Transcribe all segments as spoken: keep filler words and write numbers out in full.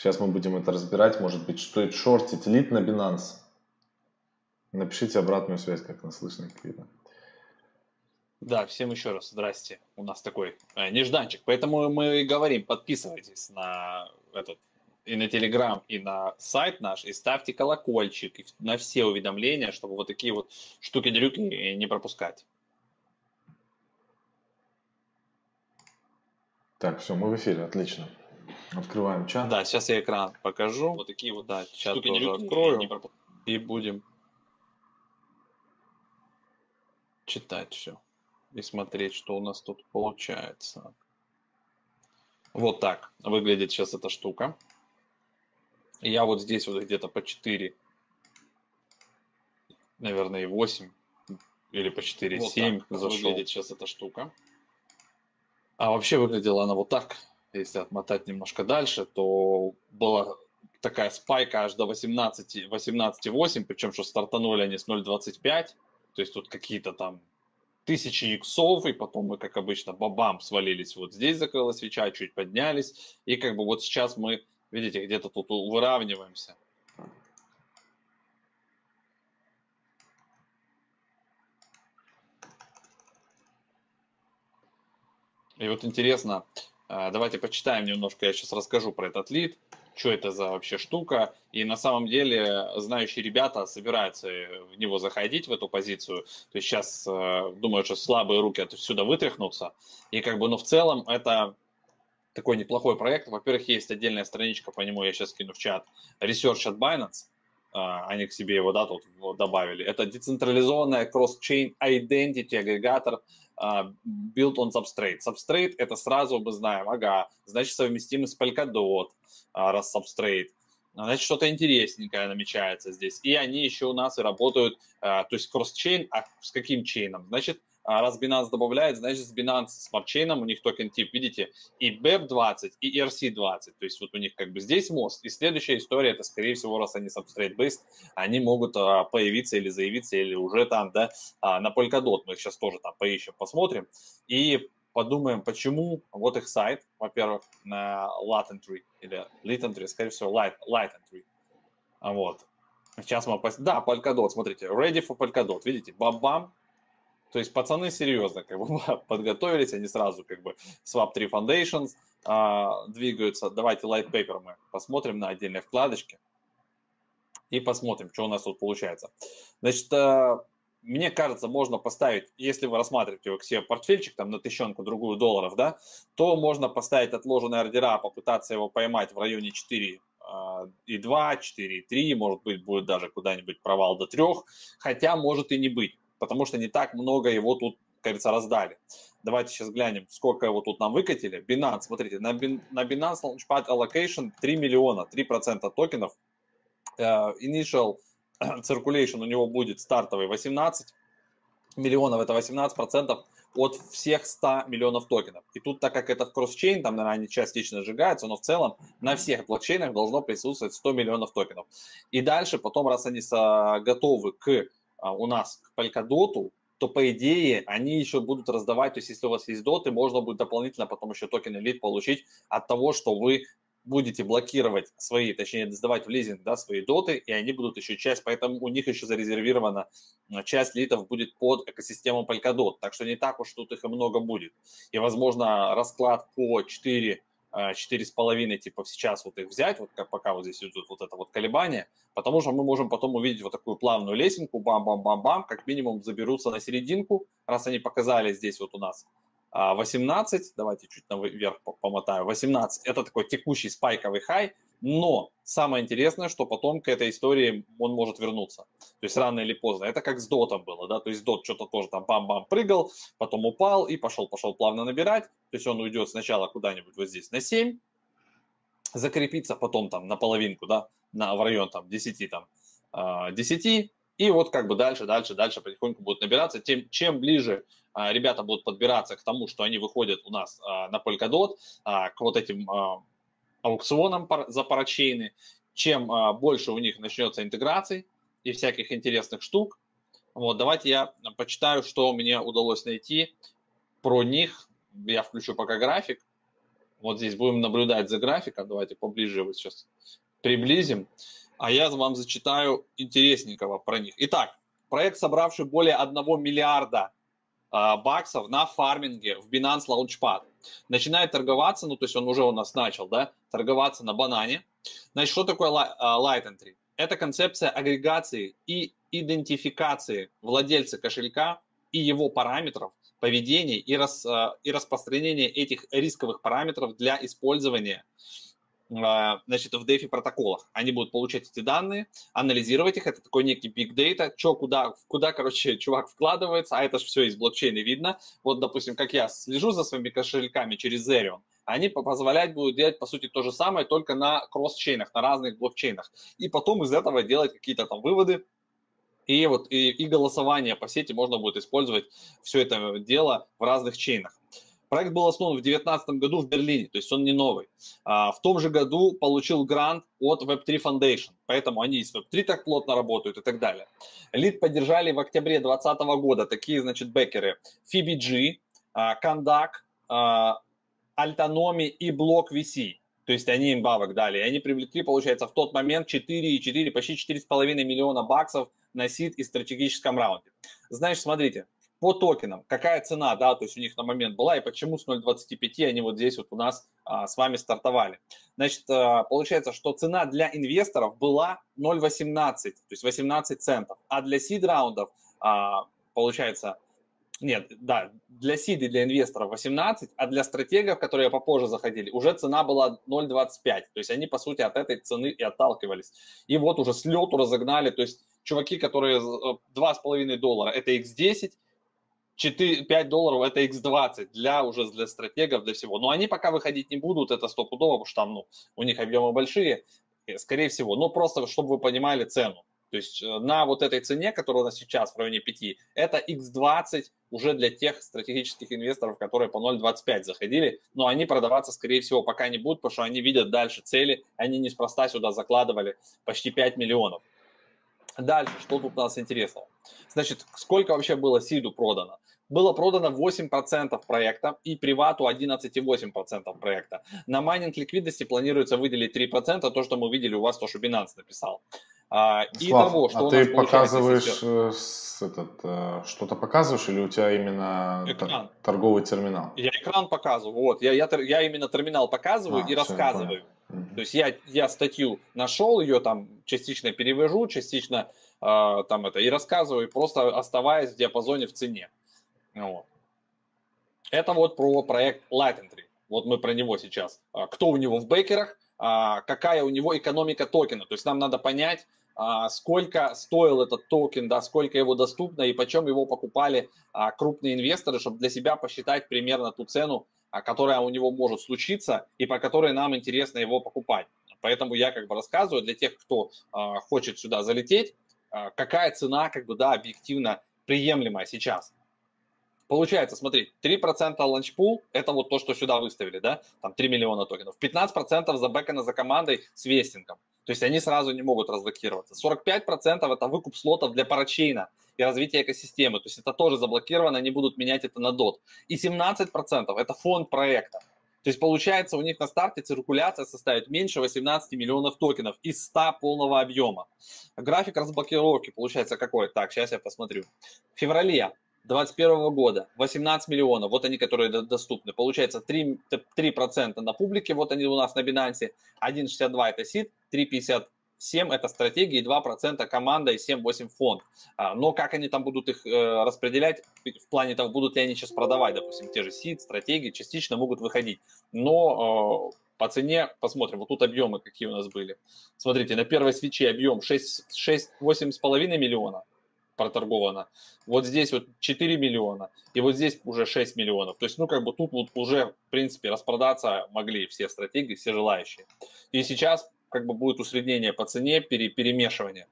Сейчас мы будем это разбирать. Может быть, стоит шортить лид на Binance. Напишите обратную связь, как нас слышно, как видно. Да, всем еще раз здрасте. У нас такой э, нежданчик. Поэтому мы и говорим, подписывайтесь на этот и на Телеграм, и на сайт наш, и ставьте колокольчик и на все уведомления, чтобы вот такие вот штуки-дрюки не пропускать. Так, все, мы в эфире, отлично. Открываем чат. Да, сейчас я экран покажу. Вот такие вот Да, чат штуки тоже не открою не пропу- и будем читать все и смотреть, что у нас тут получается. Вот так выглядит сейчас эта штука. Я вот здесь вот где-то по четыре, наверное, и восемь или по четыре Вот семь так зашел. выглядит сейчас эта штука. А вообще выглядела она вот так. Если отмотать немножко дальше, то была такая спайка аж до восемнадцати, восемнадцати восемь, причем что стартанули они с ноль двадцать пять, то есть тут какие-то там тысячи иксов, и потом мы, как обычно, бабам, свалились. Вот здесь закрылась свеча, чуть поднялись, и как бы вот сейчас мы, видите, где-то тут выравниваемся. И вот интересно, давайте почитаем немножко, я сейчас расскажу про этот лид, что это за вообще штука. И на самом деле знающие ребята собираются в него заходить, в эту позицию. То есть сейчас думаю, что слабые руки отсюда вытряхнутся. И как бы, ну в целом это такой неплохой проект. Во-первых, есть отдельная страничка по нему, я сейчас скину в чат, Research at Binance. Они к себе его, да, тут добавили. Это децентрализованная cross-chain identity агрегатор uh, built on Substrate. Substrate это сразу мы знаем, ага, значит совместимый с Polkadot, uh, раз Substrate. Значит, что-то интересненькое намечается здесь. И они еще у нас и работают, uh, то есть cross-chain, а с каким чейном? Значит, раз Binance добавляет, значит с Binance Smart Chain у них токен тип, видите, и би и пи двадцать, и и ар си двадцать, то есть вот у них как бы здесь мост. И следующая история, это скорее всего, раз они substrate-based, они могут а, появиться или заявиться, или уже там, да, а, на Polkadot, мы их сейчас тоже там поищем, посмотрим, и подумаем, почему вот их сайт, во-первых, на Latentry, или Latentry, скорее всего, Light, Latentry, вот. Сейчас мы, пос... да, Polkadot, смотрите, ready for Polkadot, видите, бам-бам. То есть пацаны серьезно как бы подготовились, они сразу как бы Swap три Foundations а, двигаются. Давайте Light Paper мы посмотрим на отдельной вкладочке и посмотрим, что у нас тут получается. Значит, а, мне кажется, можно поставить, если вы рассматриваете его к себе портфельчик там на тысячонку другую долларов, да, то можно поставить отложенные ордера, попытаться его поймать в районе четыре и два, четыре и три, может быть, будет даже куда-нибудь провал до трех, хотя может и не быть, потому что не так много его тут, кажется, раздали. Давайте сейчас глянем, сколько его тут нам выкатили. Binance, смотрите, на, Bin, на Binance Launchpad Allocation три миллиона, три процента токенов. Uh, initial circulation у него будет стартовый восемнадцать миллионов, это восемнадцать процентов от всех ста миллионов токенов. И тут, так как это кросс-чейн, там, наверное, они частично сжигаются, но в целом на всех блокчейнах должно присутствовать сто миллионов токенов. И дальше, потом, раз они готовы к, у нас к Polkadot, то, по идее, они еще будут раздавать, то есть, если у вас есть доты, можно будет дополнительно потом еще токен элит получить от того, что вы будете блокировать свои, точнее, сдавать в лизинг, да, свои доты, и они будут еще часть, поэтому у них еще зарезервирована часть литов будет под экосистему Polkadot, так что не так уж тут их и много будет. И, возможно, расклад по четыре, четыре с половиной, типа сейчас вот их взять, вот как пока вот здесь идут вот это вот колебание, потому что мы можем потом увидеть вот такую плавную лесенку, бам-бам-бам-бам, как минимум заберутся на серединку, раз они показали здесь вот у нас восемнадцать, давайте чуть наверх помотаю, восемнадцать, это такой текущий спайковый хай, но самое интересное, что потом к этой истории он может вернуться, то есть рано или поздно, это как с дотом было, да, то есть дот что-то тоже там бам-бам прыгал, потом упал и пошел-пошел плавно набирать, то есть он уйдет сначала куда-нибудь вот здесь на семь, закрепиться, потом там на половинку, да, на, в район там десять, там, десять, и вот как бы дальше, дальше, дальше потихоньку будут набираться. Тем, чем ближе а, ребята будут подбираться к тому, что они выходят у нас а, на Polkadot, а, к вот этим а, аукционам пар, за парачейны, чем а, больше у них начнется интеграций и всяких интересных штук. Вот, давайте я почитаю, что мне удалось найти про них. Я включу пока график. Вот здесь будем наблюдать за графиком. Давайте поближе вот сейчас приблизим. А я вам зачитаю интересненького про них. Итак, проект, собравший более одного миллиарда э, баксов на фарминге в Binance Launchpad. Начинает торговаться, ну то есть он уже у нас начал, да, торговаться на банане. Значит, что такое Light Entry? Это концепция агрегации и идентификации владельца кошелька и его параметров, поведения и, рас, и распространения этих рисковых параметров для использования значит, в DeFi протоколах. Они будут получать эти данные, анализировать их, это такой некий big data, что, куда, куда, короче, чувак вкладывается, а это же все из блокчейна видно. Вот, допустим, как я слежу за своими кошельками через Ethereum, они позволять будут делать, по сути, то же самое, только на кросс-чейнах, на разных блокчейнах. И потом из этого делать какие-то там выводы, и вот и, и голосование по сети можно будет использовать все это дело в разных чейнах. Проект был основан в две тысячи девятнадцатом году в Берлине, то есть он не новый. А, в том же году получил грант от веб три Foundation, поэтому они и с веб три так плотно работают и так далее. Лид поддержали в октябре две тысячи двадцатого года такие, значит, бэкеры FibiG, Conduct, Altonomy и Block ви си. То есть они им бабок дали. И они привлекли, получается, в тот момент четыре целых четыре, почти четыре с половиной миллиона баксов на сид и стратегическом раунде. Значит, смотрите, по токенам, какая цена, да, то есть у них на момент была, и почему с ноль целых двадцать пять они вот здесь вот у нас а, с вами стартовали. Значит, а, получается, что цена для инвесторов была ноль целых восемнадцать, то есть восемнадцать центов, а для сид раундов, а, получается, нет, да, для сид и для инвесторов восемнадцать, а для стратегов, которые попозже заходили, уже цена была ноль целых двадцать пять. То есть они, по сути, от этой цены и отталкивались. И вот уже с лету разогнали. То есть чуваки, которые два с половиной доллара, это икс десять, четыре, пять долларов это икс двадцать для уже для стратегов, для всего. Но они пока выходить не будут, это стопудово, потому что там, ну, у них объемы большие, скорее всего. Но просто, чтобы вы понимали цену. То есть на вот этой цене, которая у нас сейчас в районе пяти, это икс двадцать уже для тех стратегических инвесторов, которые по ноль целых двадцать пять заходили. Но они продаваться, скорее всего, пока не будут, потому что они видят дальше цели. Они неспроста сюда закладывали почти пять миллионов. Дальше, что тут у нас интересного? Значит, сколько вообще было сиду продано? Было продано восемь процентов проекта и привату одиннадцать целых восемь десятых процента проекта. На майнинг ликвидности планируется выделить три процента, то, что мы видели у вас, то, что Binance написал. Слав, Итого, что а у ты нас показываешь э, этот, э, что-то показываешь или у тебя именно экран. торговый терминал? Я экран показываю, вот, я, я, я именно терминал показываю А, и все, рассказываю. угу. То есть я, я статью нашел, ее там частично перевожу, частично э, там это и рассказываю, просто оставаясь в диапазоне в цене. Вот. Это вот про проект Light Entry. Вот мы про него сейчас. Кто у него в бэкерах, какая у него экономика токена. То есть нам надо понять, сколько стоил этот токен, да, сколько его доступно и почем его покупали крупные инвесторы, чтобы для себя посчитать примерно ту цену, которая у него может случиться и по которой нам интересно его покупать. Поэтому я как бы рассказываю для тех, кто хочет сюда залететь, какая цена как бы, да, объективно приемлемая сейчас. Получается, смотри, три процента ланчпул, это вот то, что сюда выставили, да, там три миллиона токенов, пятнадцать процентов забэкано за командой с вестингом, то есть они сразу не могут разблокироваться, сорок пять процентов это выкуп слотов для парачейна и развития экосистемы, то есть это тоже заблокировано, они будут менять это на дот, и семнадцать процентов это фонд проекта. То есть получается у них на старте циркуляция составит меньше восемнадцати миллионов токенов из ста полного объема. График разблокировки получается какой? Так, сейчас я посмотрю. В феврале две тысячи двадцать первого года восемнадцать миллионов, вот они, которые доступны. Получается три, три процента на публике, вот они у нас на Binance, один целых шестьдесят два это сид, три целых пятьдесят семь это стратегии, два процента команда и семь-восемь фонд. Но как они там будут их распределять, в плане того, будут ли они сейчас продавать, допустим, те же сид, стратегии, частично могут выходить. Но по цене посмотрим, вот тут объемы какие у нас были. Смотрите, на первой свече объем шесть-восемь с половиной миллиона проторговано. Вот здесь вот четыре миллиона, и вот здесь уже шесть миллионов. То есть, ну, как бы тут вот уже, в принципе, распродаться могли все стратегии, все желающие. И сейчас как бы будет усреднение по цене, пере, перемешивание.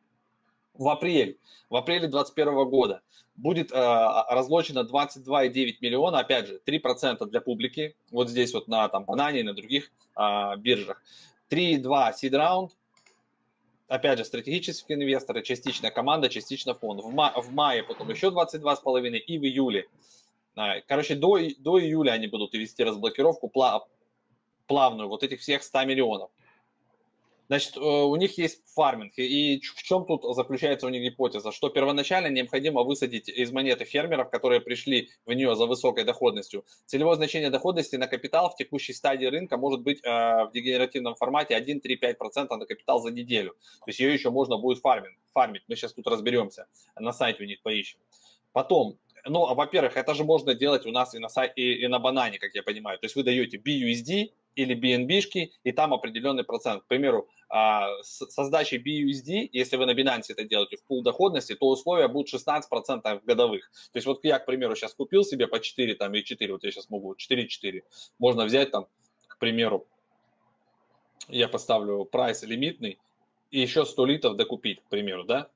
В апреле, в апреле две тысячи двадцать первого года будет э, разлочено двадцать два целых девять десятых миллиона, опять же, три процента для публики, вот здесь вот на там, Банане и на других э, биржах. три целых два сид раунд, опять же, стратегические инвесторы, частично команда, частично фонд. В, ма в мае потом еще двадцать два с половиной и в июле. Короче, до, до июля они будут вести разблокировку плавную вот этих всех ста миллионов. Значит, у них есть фарминг. И в чем тут заключается у них гипотеза? Что первоначально необходимо высадить из монеты фермеров, которые пришли в нее за высокой доходностью. Целевое значение доходности на капитал в текущей стадии рынка может быть э, в дегенеративном формате один-три-пять процентов на капитал за неделю. То есть ее еще можно будет фарминг, фармить. Мы сейчас тут разберемся. На сайте у них поищем. Потом, ну, во-первых, это же можно делать у нас и на, сайте, и, и на банане, как я понимаю. То есть вы даете би ю эс ди или би эн би-шки, и там определенный процент. К примеру, со сдачей би ю эс ди, если вы на Binance это делаете в пул доходности, то условия будут шестнадцать процентов годовых. То есть вот я, к примеру, сейчас купил себе по четыре там, и четыре, вот я сейчас могу, четыре-четыре. Можно взять там, к примеру, я поставлю прайс лимитный, и еще сто литов докупить, к примеру, да?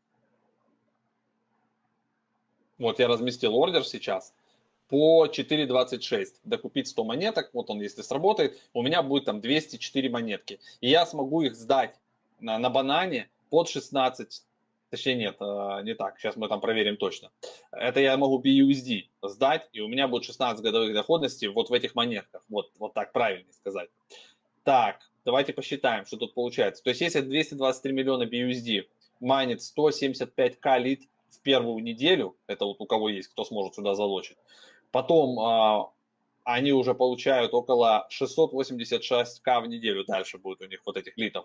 Вот я разместил ордер сейчас по четыре двадцать шесть. Докупить сто монеток, вот он если сработает, у меня будет там двести четыре монетки. И я смогу их сдать на, на банане под шестнадцать. Точнее нет, не так, сейчас мы там проверим точно. Это я могу би ю эс ди сдать, и у меня будет шестнадцать годовых доходностей вот в этих монетках. Вот, вот так правильно сказать. Так, давайте посчитаем, что тут получается. То есть если двести двадцать три миллиона би ю эс ди майнит сто семьдесят пять тысяч лит в первую неделю, это вот у кого есть, кто сможет сюда залочить, потом э, они уже получают около шестьсот восемьдесят шесть тысяч в неделю, дальше будет у них вот этих литов.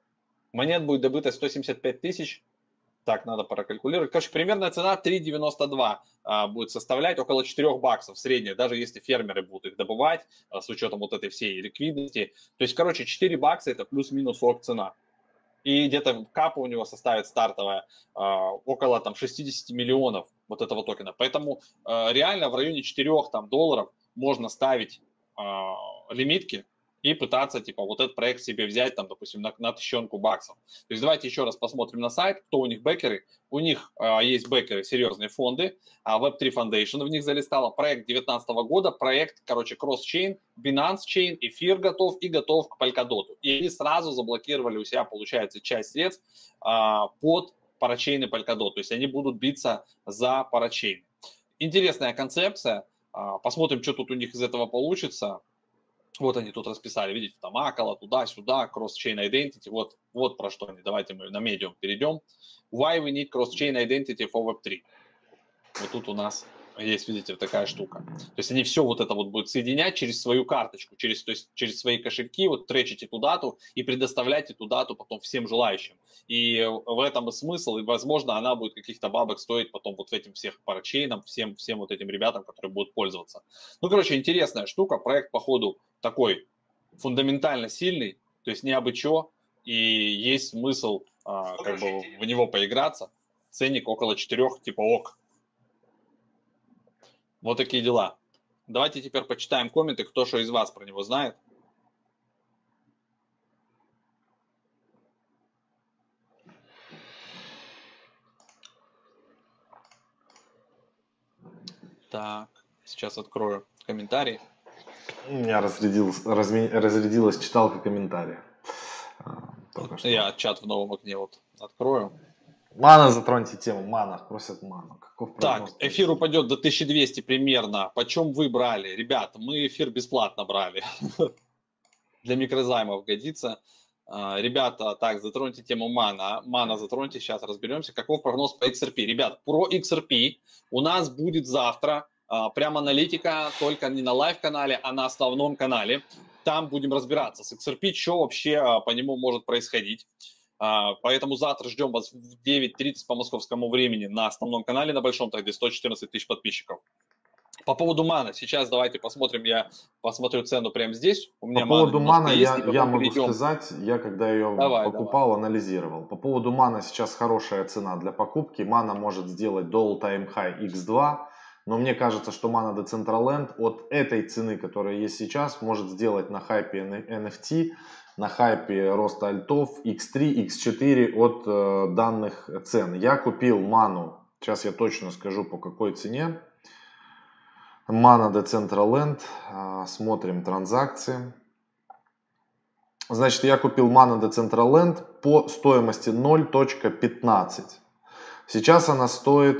Монет будет добыто сто семьдесят пять тысяч, так, надо прокалькулировать. Короче, примерная цена три девяносто два а, будет составлять, около четырех баксов средняя, даже если фермеры будут их добывать, а, с учетом вот этой всей ликвидности. То есть, короче, четыре бакса это плюс-минус орг цена. И где-то капа у него составит стартовая а, около там шестьдесят миллионов вот этого токена. Поэтому а, реально в районе четырёх там, долларов можно ставить а, лимитки и пытаться, типа, вот этот проект себе взять, там, допустим, на, на тысячонку баксов. То есть давайте еще раз посмотрим на сайт, кто у них бэкеры. У них а, есть бэкеры, серьезные фонды, а, веб три Foundation в них залистала. Проект две тысячи девятнадцатого года, проект, короче, кросс-чейн, Binance Chain, эфир готов и готов к Polkadot. И они сразу заблокировали у себя, получается, часть средств а, под парачейн и Polkadot. То есть они будут биться за парачейн. Интересная концепция. А, посмотрим, что тут у них из этого получится. Вот они тут расписали, видите, там Акала, туда-сюда, cross-chain identity, вот, вот про что они. Давайте мы на Medium перейдем. Why we need cross-chain identity for веб три? Вот тут у нас есть, видите, такая штука. То есть они все вот это вот будут соединять через свою карточку, через, то есть через свои кошельки, вот тречить эту дату и предоставлять эту дату потом всем желающим. И в этом и смысл, и, возможно, она будет каких-то бабок стоить потом вот этим всех парачейнам, всем, всем вот этим ребятам, которые будут пользоваться. Ну, короче, интересная штука. Проект, походу, такой фундаментально сильный, то есть не абы чё, и есть смысл а, как бы в него поиграться. Ценник около четырех, типа ок. Вот такие дела. Давайте теперь почитаем комменты, кто что из вас про него знает. Так, сейчас открою комментарии. У меня разрядилась, разми, разрядилась читалка комментариев. Только что. Я чат в новом окне вот открою. Мана, затроньте тему. Мана, просят ману. Каков так, эфир упадет до тысячи двухсот примерно. Почем вы брали? Ребят, мы эфир бесплатно брали. Для микрозаймов годится. Ребята, так, затроньте тему мана. Мана затроньте, сейчас разберемся. Каков прогноз по икс ар пи? Ребят, про икс ар пи у нас будет завтра прям аналитика, только не на лайв-канале, а на основном канале. Там будем разбираться с икс ар пи, что вообще по нему может происходить. Поэтому завтра ждем вас в девять тридцать по московскому времени на основном канале, на большом, так где сто четырнадцать тысяч подписчиков. По поводу мана, сейчас давайте посмотрим, я посмотрю цену прямо здесь. У меня по поводу мана есть, я, я могу перейдем. сказать, я когда ее давай, покупал, давай. анализировал. По поводу мана сейчас хорошая цена для покупки. Мана может сделать до all-time high икс два, но мне кажется, что мана Decentraland от этой цены, которая есть сейчас, может сделать на хайпе эн эф ти, на хайпе роста альтов икс три, икс четыре от э, данных цен. Я купил ману, сейчас я точно скажу по какой цене. Мана Decentraland, смотрим транзакции. Значит, я купил Мана Decentraland по стоимости ноль целых пятнадцать. Сейчас она стоит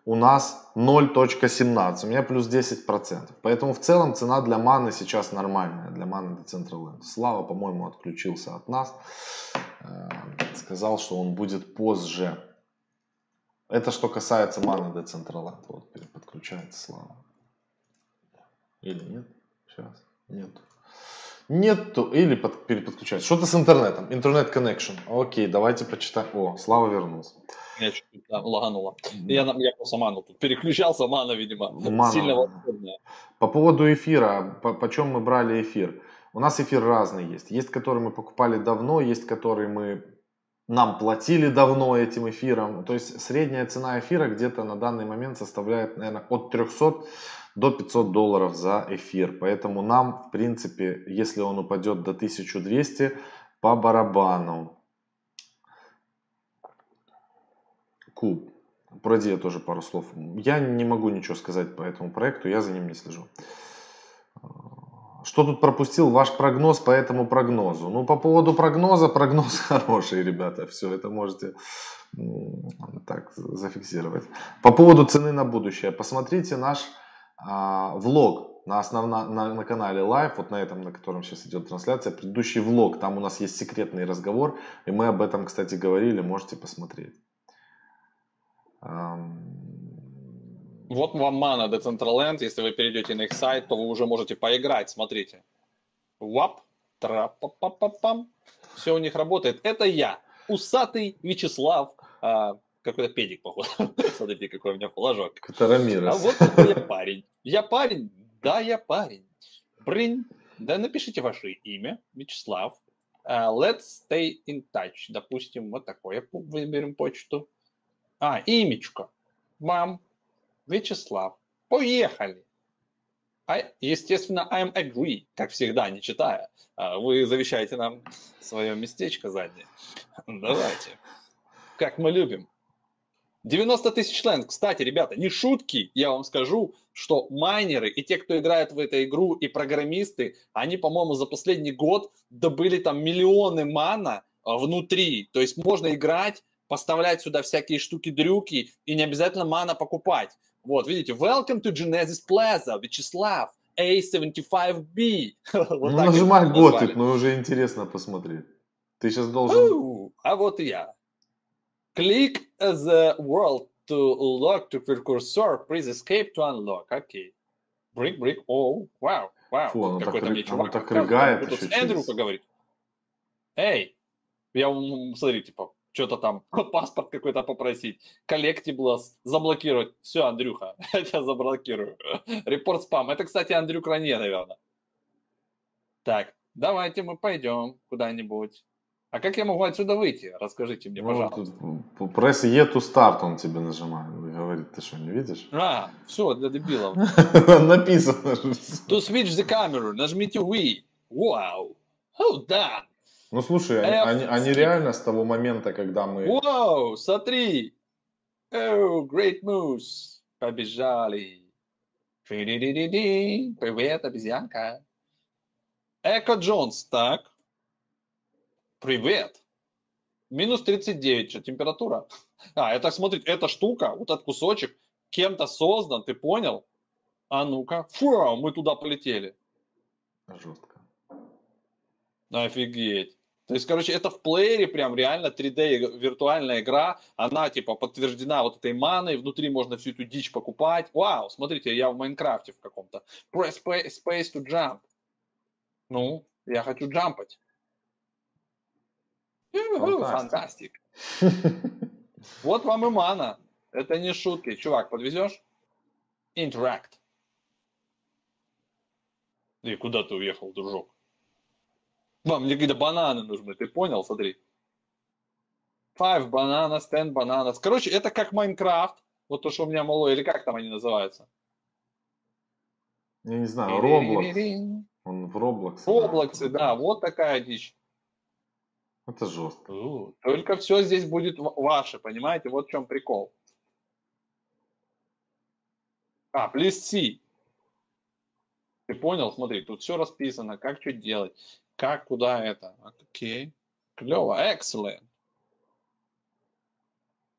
у нас ноль целых семнадцать, у меня плюс десять процентов. Поэтому в целом цена для маны сейчас нормальная, для маны Decentraland. Слава, по-моему, отключился от нас, сказал, что он будет позже. Это что касается маны Decentraland. Вот подключается Слава. Или нет? Сейчас. Нет. Нету. Или под, переподключается. Что-то с интернетом. Интернет connection. Окей, давайте почитаем. О, Слава вернулся. Я чуть-чуть да, лагануло. Я, я просто ману тут переключался, мана, видимо, Мана. сильно волшебная. По поводу эфира, по, по чем мы брали эфир? У нас эфир разный есть. Есть, который мы покупали давно, есть, который мы нам платили давно этим эфиром. То есть средняя цена эфира где-то на данный момент составляет, наверное, от трехсот до пятисот долларов за эфир. Поэтому нам, в принципе, если он упадет до тысячи двухсот, по барабану. Куб. Про Диа тоже пару слов. Я не могу ничего сказать по этому проекту, я за ним не слежу. Что тут пропустил? Ваш прогноз по этому прогнозу. Ну, по поводу прогноза, прогноз хороший, ребята. Все, это можете так зафиксировать. По поводу цены на будущее. Посмотрите наш а, влог на, основном, на, на канале Live, вот на этом, на котором сейчас идет трансляция. Предыдущий влог, там у нас есть секретный разговор. И мы об этом, кстати, говорили, можете посмотреть. Вот вам мана Decentraland, если вы перейдете на их сайт, то вы уже можете поиграть, смотрите. Вап, тра-па-па-па-пам. Все у них работает. Это я, усатый Вячеслав, а, какой-то педик, походу. Смотрите, какой у меня флажок. А вот такой я парень. Я парень? Да, я парень. Брынь. Да, напишите ваше имя, Вячеслав. Uh, let's stay in touch. Допустим, вот такое выберем почту. А, имечко. Мам. Вячеслав. Поехали. А, естественно, I'm agree, как всегда, не читая. Вы завещаете нам свое местечко заднее. Давайте. Как мы любим. девяносто тысяч ленд. Кстати, ребята, не шутки. Я вам скажу, что майнеры и те, кто играет в эту игру, и программисты, они, по-моему, за последний год добыли там миллионы мана внутри. То есть можно играть, поставлять сюда всякие штуки-дрюки и не обязательно мана покупать. Вот, видите, welcome to Genesis Plaza, Вячеслав, эй семьдесят пять би. Вот ну, нажимай готик, но уже интересно посмотреть. Ты сейчас должен... Оу, а вот и я. Click the world to lock to precursor, please escape to unlock. Окей. Брик, брик, оу, вау, вау. Фу, оно какой-то так, мне чувак. оно так рыгает тут еще с Эндрю через... поговорит. Эй, я, смотри, типа, что-то там, паспорт какой-то попросить, коллектиблс заблокировать. Все, Андрюха, я тебя заблокирую. Репорт спам. Это, кстати, Андрюк Ранье, наверное. Так, давайте мы пойдем куда-нибудь. А как я могу отсюда выйти? Расскажите мне, ну, пожалуйста. Press E to start он тебе нажимает. Говорит, ты что, не видишь? А, все, для дебилов. Написано. To switch the camera, нажмите We. Вау. How done. Ну, слушай, они, они реально с того момента, когда мы... Вау, смотри. Oh, great moves. Побежали. Привет, обезьянка. Эко Джонс, так. Привет. Минус тридцать девять, что, температура? А, это, смотрите, эта штука, вот этот кусочек, кем-то создан, ты понял? А ну-ка. Фу, мы туда полетели. Жестко. Офигеть. То есть, короче, это в плеере прям реально три дэ виртуальная игра. Она типа подтверждена вот этой маной. Внутри можно всю эту дичь покупать. Вау, смотрите, я в Майнкрафте в каком-то. Press space to jump. Ну, я хочу джампать. Фантастик. Вот вам и мана. Это не шутки. Чувак, подвезешь? Interact. И куда ты уехал, дружок? Вам мне какие-то бананы нужны, ты понял? Смотри. Five bananas, ten bananas. Короче, это как Майнкрафт. Вот то, что у меня малой, или как там они называются? Я не знаю, Roblox. Он в Roblox. В Roblox, да, вот такая дичь. Это жестко. Только все здесь будет ваше, понимаете? Вот в чем прикол. А, please see. Ты понял? Смотри, тут все расписано, как что делать, как, куда это. Окей. Клево, excellent.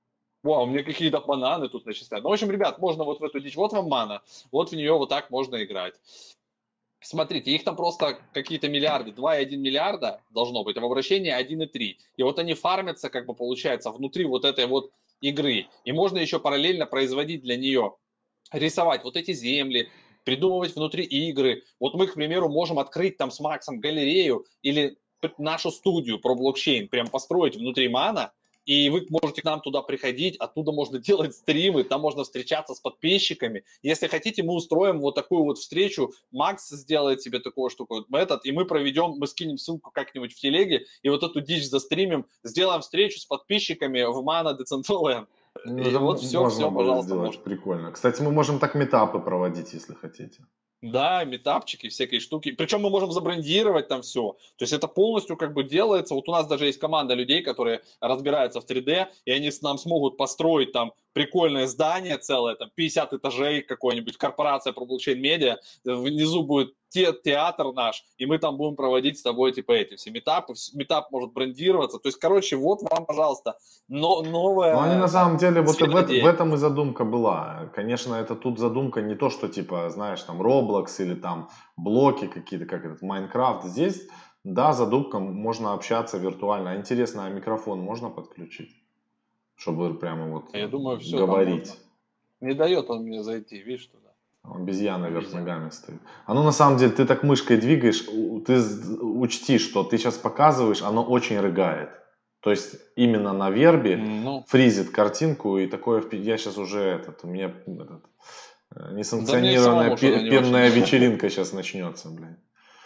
Вау, у меня какие-то бананы тут начисляют. Ну, в общем, ребят, можно вот в эту дичь, вот вам мана, вот в нее вот так можно играть. Смотрите, их там просто какие-то миллиарды, два и один миллиарда должно быть, а в обращении один и три. И вот они фармятся, как бы получается, внутри вот этой вот игры. И можно еще параллельно производить для нее, рисовать вот эти земли, придумывать внутри игры. Вот мы, к примеру, можем открыть там с Максом галерею или нашу студию про блокчейн, прям построить внутри Мана, и вы можете к нам туда приходить, оттуда можно делать стримы, там можно встречаться с подписчиками. Если хотите, мы устроим вот такую вот встречу, Макс сделает себе такую штуку, этот, и мы проведем, мы скинем ссылку как-нибудь в телеге, и вот эту дичь застримим, сделаем встречу с подписчиками в Mana Decentraland. Ну, И это вот м- все, можно все, будет пожалуйста, сделать можно. прикольно. Кстати, мы можем так метапы проводить, если хотите. Да, метапчики, всякие штуки. Причем мы можем забрендировать там все. То есть это полностью как бы делается. Вот у нас даже есть команда людей, которые разбираются в три дэ, и они с нам смогут построить там прикольное здание целое, там пятьдесят этажей какой-нибудь, корпорация про блокчейн-медиа. Внизу будет те, театр наш, и мы там будем проводить с тобой типа эти все метапы. Метап может брендироваться. То есть, короче, вот вам, пожалуйста, но, Но они на новая самом там деле, вот и в, сфера эт- в этом и деятельности. задумка была. Конечно, это тут задумка не то, что типа, знаешь, там Roblox или там блоки какие-то, как этот Майнкрафт. Здесь, да, задумка, можно общаться виртуально. А интересно, а микрофон можно подключить? Чтобы прямо вот Я э, думаю, все там говорить. можно. Не дает он мне зайти, видишь, туда. Обезьяна вверх Обезьяна. ногами стоит. А ну на самом деле ты так мышкой двигаешь, у- ты з- учти, что ты сейчас показываешь, оно очень рыгает. То есть именно на вербе Ну, фризит картинку и такое, впе- я сейчас уже этот, у меня этот, э, да мне и несанкционированная самому пе- что-то не очень. пенная вечеринка сейчас начнется, блин.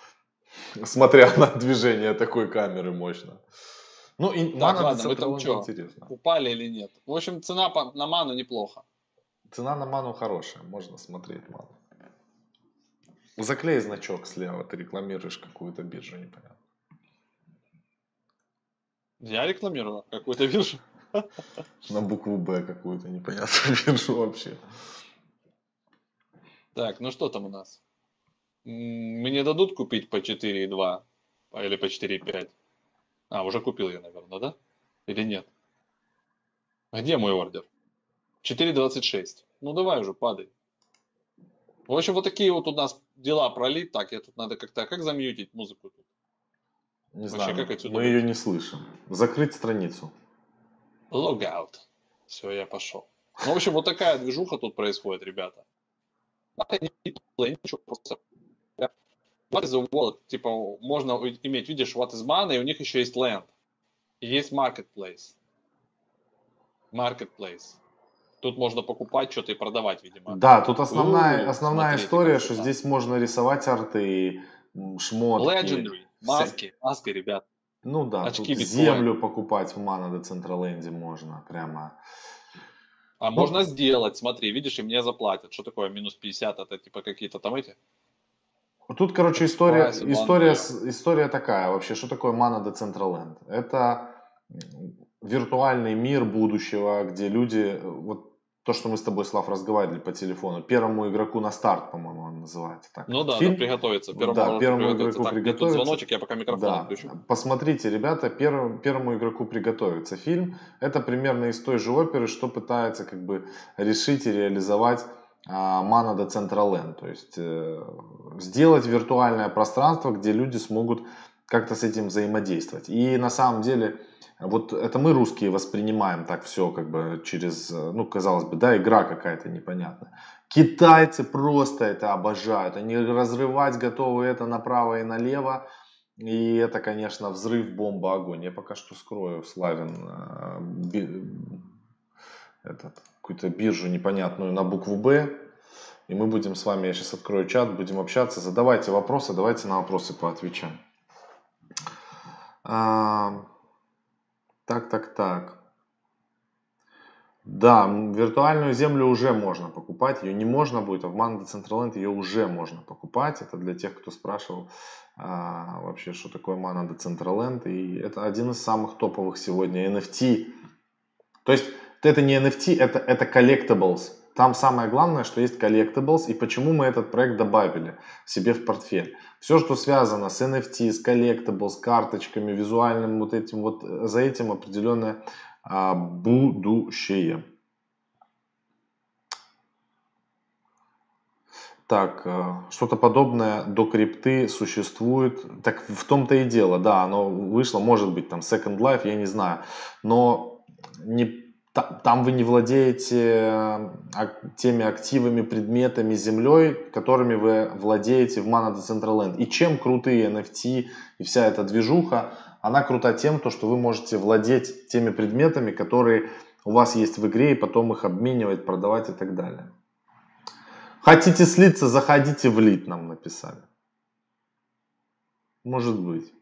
Смотря на движение такой камеры мощно. Ну и Так, Mana ладно, мы там Decentraland что, интересно. упали или нет? В общем, цена по- на ману неплохо. Цена на ману хорошая, можно смотреть ману. Заклей значок слева, ты рекламируешь какую-то биржу, непонятно. Я рекламирую какую-то биржу. На букву Б какую-то непонятную биржу вообще. Так, ну что там у нас? М, Мне дадут купить по четыре и два или по четыре и пять? А, уже купил я, наверное, да? Или нет? А где мой ордер? четыре двадцать шесть. Ну давай уже, падай. В общем, вот такие вот у нас дела пролит. Так, я тут надо как-то... Как замьютить музыку тут? Не Вообще, знаю, как мы, отсюда мы ее выйти? не слышим. Закрыть страницу. Логаут. Все, я пошел. Ну, в общем, вот такая движуха тут происходит, ребята. Это не плей, ничего, просто what is the wallet? Типа, можно иметь, видишь, what is money, и у них еще есть land. И есть marketplace. Markетplace. Тут можно покупать что-то и продавать, видимо. Да, тут основная, У, основная смотрите, как история, все что классно. здесь можно рисовать арты, м, шмотки. Legendary. вся- Маски. Маски, ребят. Ну да, Очки тут биткоин. землю покупать в Mana Decentraland можно прямо. А Ну, можно сделать, смотри, видишь, и мне заплатят. Что такое минус пятьдесят? Это типа какие-то там эти? тут, короче, история, Express, one история, year. с- история такая вообще. Что такое Mana Decentraland? Это м, виртуальный мир будущего, где люди, э, вот то, что мы с тобой, Слав, разговаривали по телефону, первому игроку на старт, по-моему, он называется так, Ну этот да, да, фильм. приготовиться. Первому Да, игроку первому приготовиться. игроку Так, мне тут приготовиться. звоночек, я пока микрофон Да, отключу. посмотрите, ребята, первому, первому игроку приготовиться. Фильм это примерно из той же оперы, что пытается как бы решить и реализовать а, Mana Decentraland. То есть э, сделать виртуальное пространство, где люди смогут как-то с этим взаимодействовать. И на самом деле, вот это мы русские воспринимаем так все как бы через, э, ну казалось бы, да, игра какая-то непонятная. Китайцы просто это обожают. Они разрывать готовы это направо и налево. И это, конечно, взрыв, бомба, огонь. Я пока что скрою, Славин, э, би- этот, какую-то биржу непонятную на букву Б. И мы будем с вами, я сейчас открою чат, будем общаться. Задавайте вопросы, давайте на вопросы поотвечаем. А, так, так, так. Да, м, виртуальную землю уже можно покупать, ее не можно будет, а в Mana Decentraland ее уже можно покупать. Это для тех, кто спрашивал а, вообще, что такое Mana Decentraland. И это один из самых топовых сегодня эн эф ти. То есть это не эн эф ти, это, это collectibles. Там самое главное, что есть collectibles, и почему мы этот проект добавили себе в портфель. Все, что связано с эн эф ти, с collectibles, с карточками, визуальным вот этим вот, за этим определенное а, будущее. Так, что-то подобное до крипты существует. Так в том-то и дело, да, оно вышло, может быть, там Second Life, я не знаю. Но не, там вы не владеете теми активами, предметами, землей, которыми вы владеете в Mana Decentraland. И чем крутые эн эф ти и вся эта движуха, она крута тем, то, что вы можете владеть теми предметами, которые у вас есть в игре, и потом их обменивать, продавать и так далее. Хотите слиться, заходите в лид, нам написали. Может быть.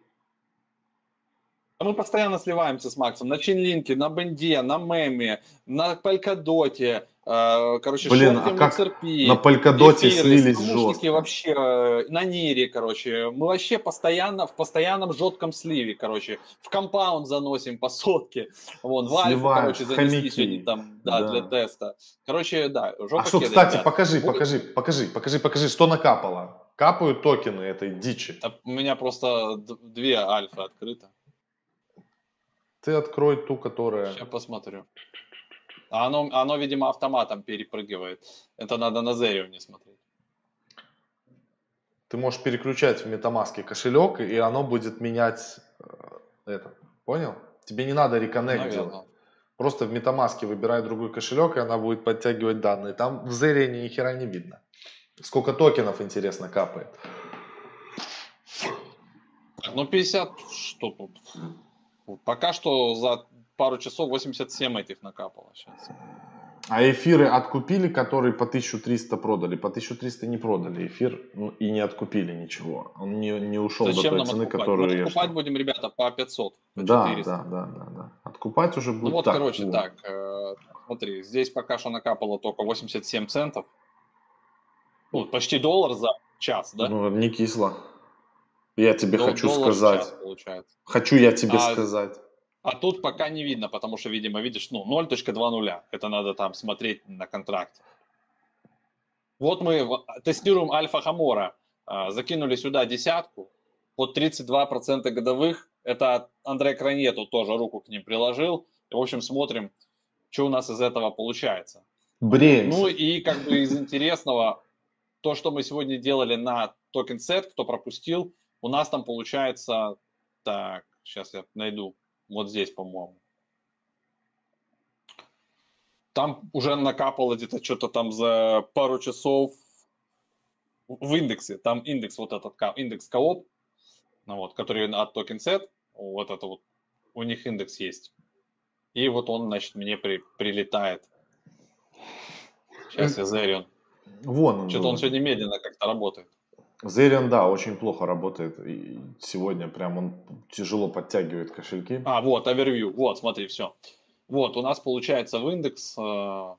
Мы постоянно сливаемся с Максом на Чинлинке, на Бенде, на Меме, на Polkadot, короче, Блин, шортим а в как икс ар пи, на Polkadot эфиры, слились самушники жестко. вообще, на Нире, короче. Мы вообще постоянно, в постоянном жестком сливе, короче. В компаунд заносим по сотке. Вон, в альфу, Сливаем, короче, занесли хомяки. сегодня там, да, Да. для теста. Короче, да, жопа А что, кеда, кстати, ребят. покажи, Будет- покажи, покажи, покажи, покажи, что накапало. Капают токены этой дичи. А У меня просто д- две альфы открыты. Ты открой ту, которая... Сейчас посмотрю. А оно, оно, видимо, автоматом перепрыгивает. Это надо на Зерионе смотреть. Ты можешь переключать в MetaMask кошелек, и оно будет менять э, это. Понял? Тебе не надо реконнект Наверное. делать. Просто в MetaMask выбирай другой кошелек, и она будет подтягивать данные. Там в Zerion ни хера не видно. Сколько токенов, интересно, капает. Так, ну пятьдесят, что тут? Пока что за пару часов восемьдесят семь этих накапало сейчас. А эфиры откупили, которые по тысячу триста продали? По тысячу триста не продали эфир, ну, и не откупили ничего. Он не, не ушел Зачем до той нам цены, откупать? которую Мы я откупать жду. будем, ребята, по пятьсот, по Да, четыреста. да, да, да, да. Откупать уже будет Ну вот, так. короче, вот. так, э, смотри, здесь пока что накапало только восемьдесят семь центов. Ну, почти доллар за час, да? Ну, не кисло. Я тебе До- хочу доллар в сказать. час получается. Хочу я тебе А, сказать. а тут пока не видно, потому что, видимо, видишь, ну, ноль точка два нуля. Это надо там смотреть на контракте. Вот мы в- тестируем Альфа Хамора. А, Закинули сюда десятку под тридцать два процента годовых. Это Андрей Кранье тут тоже руку к ним приложил. И, в общем, смотрим, что у нас из этого получается. Вот. Бреемся. Ну и как бы из интересного, то, что мы сегодня делали на токен сет, кто пропустил, у нас там получается, так, сейчас я найду, вот здесь, по-моему. Там уже накапало где-то что-то там за пару часов в индексе. Там индекс вот этот, индекс кооп, ну вот, который от токен сет, вот это вот, у них индекс есть. И вот он, значит, мне при, прилетает. Сейчас я Zerion. Вон он. Что-то он сегодня медленно как-то работает. Zerion, да, очень плохо работает. И сегодня прям он тяжело подтягивает кошельки. А, вот, овервью. Вот, смотри, все. Вот, у нас получается в индекс. Э,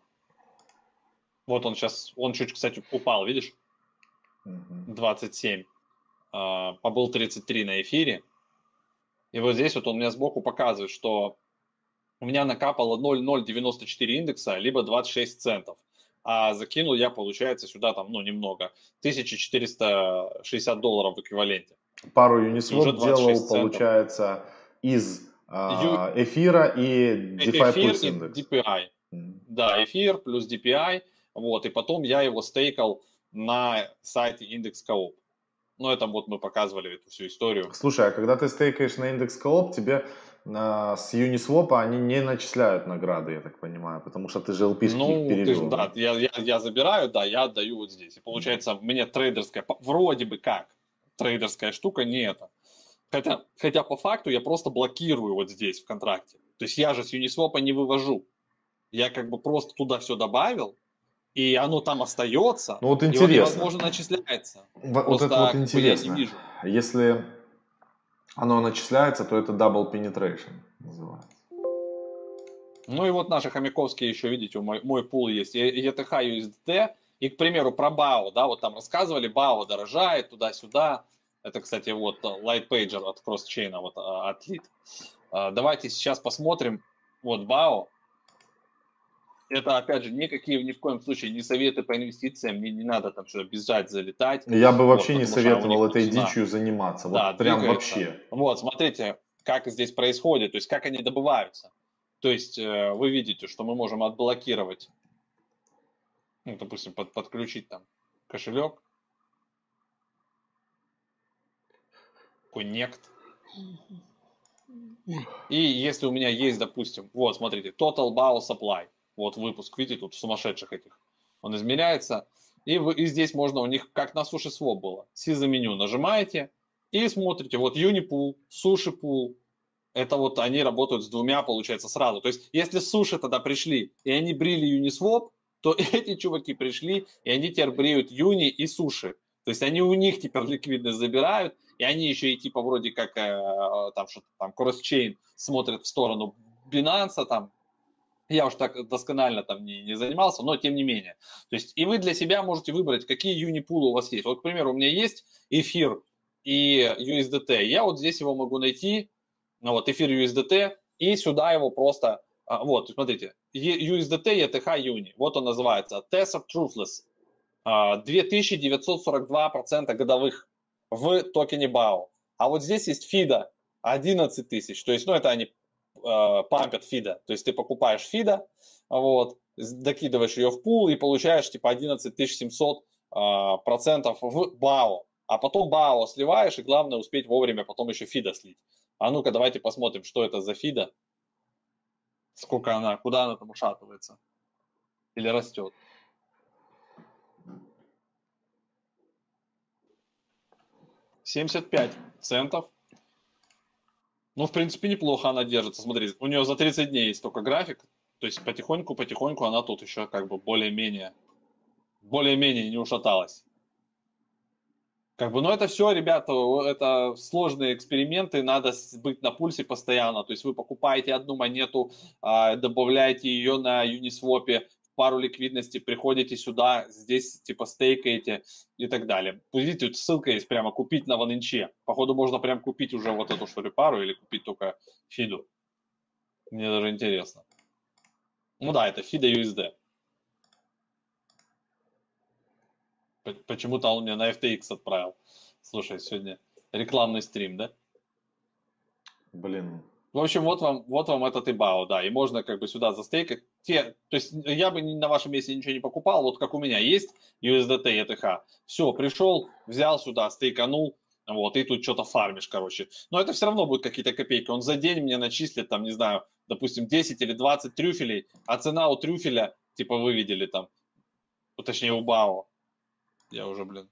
вот он сейчас, он чуть, кстати, упал, видишь? двадцать семь. Э, побыл тридцать три на эфире. И вот здесь вот он мне сбоку показывает, что у меня накапало ноль целых ноль девяносто четыре индекса, либо двадцать шесть центов. А закинул я, получается, сюда там, ну, немного, тысяча четыреста шестьдесят долларов в эквиваленте. Пару Uniswap Уже двадцать делал, шесть центов. получается, из э, Ю... эфира и DeFi Эфир Pulse и индекс. ди пи ай. Mm. Да, эфир плюс ди пи ай. Вот, и потом я его стейкал на сайте IndexCoop. Ну, это вот мы показывали эту всю историю. Слушай, а когда ты стейкаешь на IndexCoop, тебе э, с Uniswap они не начисляют награды, я так понимаю, потому что ты же эл пи-шки Ну, их перевел. Ты, да, я, я, я забираю, да, я отдаю вот здесь. И получается, мне трейдерская, вроде бы как, трейдерская штука не это. Хотя, хотя по факту я просто блокирую вот здесь в контракте. То есть я же с Uniswap не вывожу. Я как бы просто туда все добавил, и оно там остается, ну, вот и интересно. он невозможно начисляется. Вот, Просто это вот как интересно. бы, я не вижу. Если оно начисляется, то это double penetration называется. Ну и вот наши хомяковские еще, видите, мой, мой пул есть. и и ти эйч ю эс ди ти. И, к примеру, про бао, да, вот там рассказывали, бао дорожает туда-сюда. Это, кстати, вот Light Pager от CrossChain, вот от Lead. Давайте сейчас посмотрим. Вот бао. это, опять же, никакие ни в коем случае не советы по инвестициям, мне не надо там что-то бежать, залетать, Я бы вот, вообще не потому что у них советовал тут этой цена, дичью заниматься. да, Вот прям двигается. вообще. Вот, смотрите, как здесь происходит, то есть как они добываются. То есть э, вы видите, что мы можем отблокировать, ну, допустим, под, подключить там кошелек, Connect. И если у меня есть, допустим, вот, смотрите, Total Bao Supply, вот выпуск, видите, тут сумасшедших этих, он измеряется, и, вы, и здесь можно у них, как на SushiSwap было, Сиза меню нажимаете и смотрите, вот Unipool, SushiPool, это вот они работают с двумя, получается, сразу. То есть, если суши тогда пришли, и они брили Uniswap, то эти чуваки пришли, и они теперь бреют Юни и суши. То есть, они у них теперь ликвидность забирают, и они еще и типа вроде как э, там что-то там кросс-чейн смотрят в сторону Binance там. Я уж так досконально там не, не занимался, но тем не менее. То есть, и вы для себя можете выбрать, какие юнипулы у вас есть. Вот, к примеру, у меня есть эфир и ю эс ди ти. Я вот здесь его могу найти, ну вот, эфир ю эс ди ти, и сюда его просто, а, вот, смотрите, ю эс ди ти и и ти эйч Uni, вот он называется, Tesla Truthless, а, две тысячи девятьсот сорок два процента годовых в токене бау. А вот здесь есть фида одиннадцать тысяч, то есть, ну, это они э, пампят фида, то есть ты покупаешь фида, вот, докидываешь ее в пул и получаешь типа одиннадцать тысяч семьсот э, процентов в бау. А потом бау сливаешь, и главное успеть вовремя потом еще фида слить. А ну-ка, давайте посмотрим, что это за фида. Сколько она, куда она там ушатывается. Или растет. семьдесят пять центов. Ну, в принципе, неплохо она держится. Смотри, у нее за тридцать дней есть только график. То есть потихоньку-потихоньку она тут еще как бы более-менее, более-менее не ушаталась. Как бы, но это все, ребята, это сложные эксперименты, надо быть на пульсе постоянно. То есть вы покупаете одну монету, добавляете ее на Uniswap, пару ликвидности, приходите сюда, здесь типа стейкаете и так далее. Видите, тут ссылка есть прямо купить на OneInch. Походу можно прям купить уже вот эту что ли пару или купить только фиду. Мне даже интересно. Ну да, это фида ю эс ди. Почему-то он мне на эф ти экс отправил. Слушай, сегодня рекламный стрим, да? Блин. В общем, вот вам, вот вам этот ИБАО, да, и можно как бы сюда застейкать. Те, то есть я бы на вашем месте ничего не покупал, вот как у меня есть ю эс ди ти и и ти эйч. Все, пришел, взял сюда, стейканул, вот, и тут что-то фармишь, короче. Но это все равно будут какие-то копейки. Он за день мне начислит, там, не знаю, допустим, десять или двадцать трюфелей, а цена у трюфеля, типа вы видели там, точнее у БАО, я уже, блин,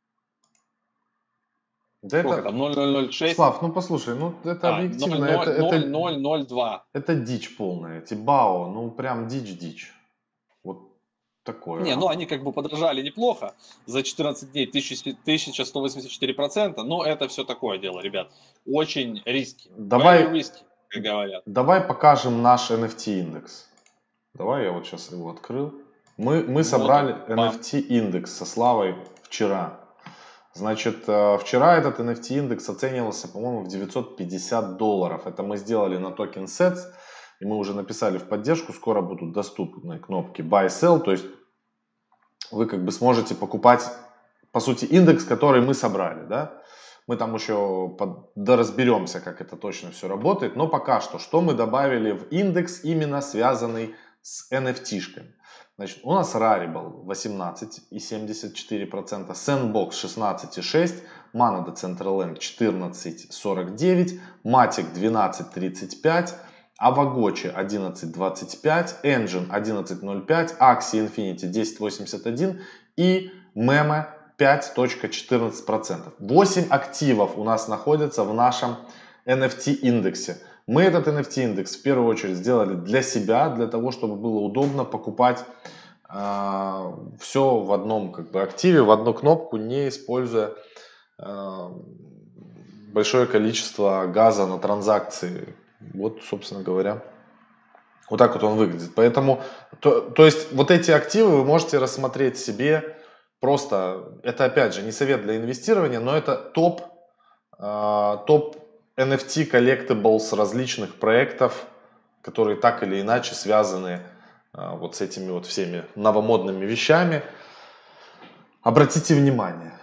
Да сколько это... там, ноль ноль ноль шесть? Слав, ну послушай, ну это А, объективно, это, ноль это, ноль ноль два. это дичь полная. Эти бао, ну прям дичь-дичь. Вот такое. Не, ну они как бы подорожали неплохо. За четырнадцать дней тысяча сто восемьдесят четыре процента. Но это все такое дело, ребят. Очень риски. Давай, Very risky, как говорят. давай покажем наш эн эф ти индекс. Давай я вот сейчас его открыл. Мы, мы Вот собрали он, эн эф ти индекс со Славой вчера. Значит, вчера этот эн эф ти индекс оценивался, по-моему, в девятьсот пятьдесят долларов. Это мы сделали на токен Sets. И мы уже написали в поддержку, скоро будут доступны кнопки Buy Sell. То есть вы как бы сможете покупать, по сути, индекс, который мы собрали. Да? Мы там еще под... доразберемся, как это точно все работает. Но пока что, что мы добавили в индекс, именно связанный с эн эф ти-шками. Значит, у нас Rarible восемнадцать и семьдесят четыре процента, Sandbox шестнадцать и шесть процента, Mana Decentraland четырнадцать сорок девять, Matic двенадцать тридцать пять, Avagotchi одиннадцать двадцать пять, Engine одиннадцать ноль пять, Axie Infinity десять восемьдесят один и Meme пять целых четырнадцать сотых процента. восемь активов у нас находятся в нашем эн эф ти индексе. Мы этот эн эф ти индекс в первую очередь сделали для себя, для того, чтобы было удобно покупать э, все в одном как бы, активе, в одну кнопку, не используя э, большое количество газа на транзакции. Вот, собственно говоря, вот так вот он выглядит. Поэтому, то, то есть, вот эти активы вы можете рассмотреть себе просто, это опять же не совет для инвестирования, но это топ, э, топ эн эф ти collectibles различных проектов, которые так или иначе связаны вот с этими вот всеми новомодными вещами. Обратите внимание.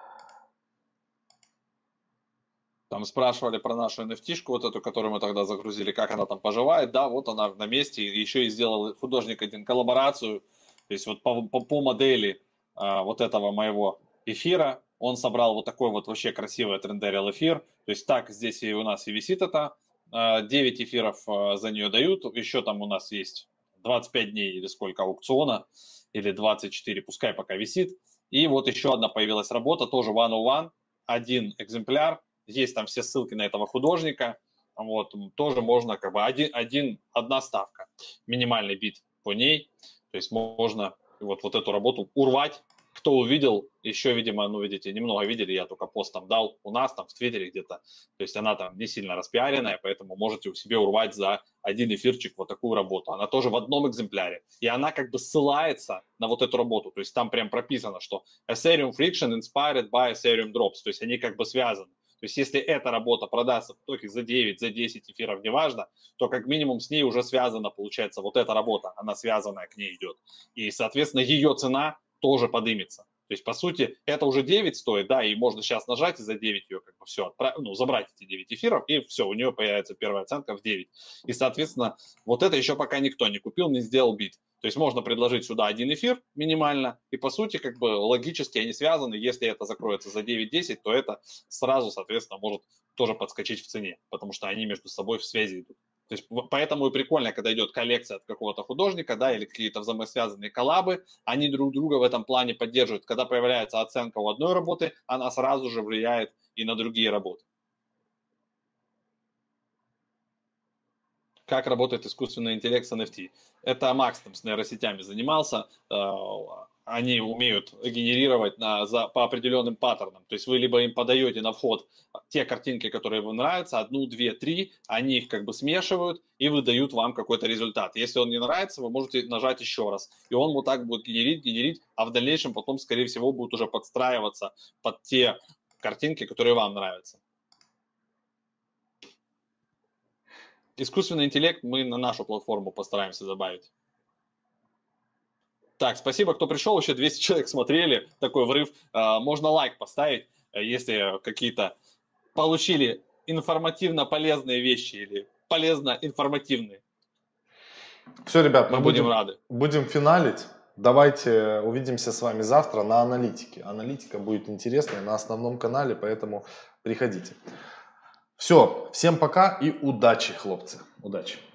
Там спрашивали про нашу эн эф ти-шку, вот эту, которую мы тогда загрузили, как она там поживает. Да, вот она на месте. И еще и сделал художник один коллаборацию. То есть вот по, по, по модели а, вот этого моего эфира он собрал вот такой вот вообще красивый трендерил эфир. То есть так здесь и у нас и висит это. девять эфиров за нее дают. Еще там у нас есть двадцать пять дней или сколько аукциона. Или двадцать четыре, пускай пока висит. И вот еще одна появилась работа, тоже one oh one. Один экземпляр. Есть там все ссылки на этого художника. Вот, тоже можно как бы один, один, одна ставка. Минимальный бит по ней. То есть можно вот, вот эту работу урвать. Кто увидел, еще, видимо, ну, видите, немного видели, я только пост там дал у нас, там в Твиттере где-то. То есть она там не сильно распиаренная, поэтому можете у себя урвать за один эфирчик вот такую работу. Она тоже в одном экземпляре. И она как бы ссылается на вот эту работу. То есть там прям прописано, что Ethereum Friction inspired by Ethereum Drops. То есть они как бы связаны. То есть если эта работа продастся в итоге за девять, за десять эфиров, неважно, то как минимум с ней уже связана, получается, вот эта работа, она связанная к ней идет. И, соответственно, ее цена тоже подымется. То есть, по сути, это уже девять стоит, да, и можно сейчас нажать и за девять ее как бы все, отправ... ну, забрать эти девять эфиров, и все, у нее появится первая оценка в девять. И, соответственно, вот это еще пока никто не купил, не сделал бит. То есть можно предложить сюда один эфир минимально, и по сути как бы логически они связаны. Если это закроется за девять-десять, то это сразу, соответственно, может тоже подскочить в цене, потому что они между собой в связи идут. То есть поэтому и прикольно, когда идет коллекция от какого-то художника, да, или какие-то взаимосвязанные коллабы, они друг друга в этом плане поддерживают. Когда появляется оценка у одной работы, она сразу же влияет и на другие работы. Как работает искусственный интеллект с эн эф ти. Это Макс там с нейросетями занимался. Они умеют генерировать на, за, по определенным паттернам. То есть вы либо им подаете на вход те картинки, которые вам нравятся, одну, две, три, они их как бы смешивают и выдают вам какой-то результат. Если он не нравится, вы можете нажать еще раз. И он вот так будет генерить, генерить, а в дальнейшем потом, скорее всего, будет уже подстраиваться под те картинки, которые вам нравятся. Искусственный интеллект мы на нашу платформу постараемся добавить. Так, спасибо, кто пришел, еще двести человек смотрели, такой врыв. Можно лайк поставить, если какие-то получили информативно полезные вещи или полезно-информативные. Все, ребят, мы, мы будем, будем рады. Будем финалить. Давайте увидимся с вами завтра на аналитике. Аналитика будет интересная на основном канале, поэтому приходите. Все, всем пока и удачи, хлопцы. Удачи.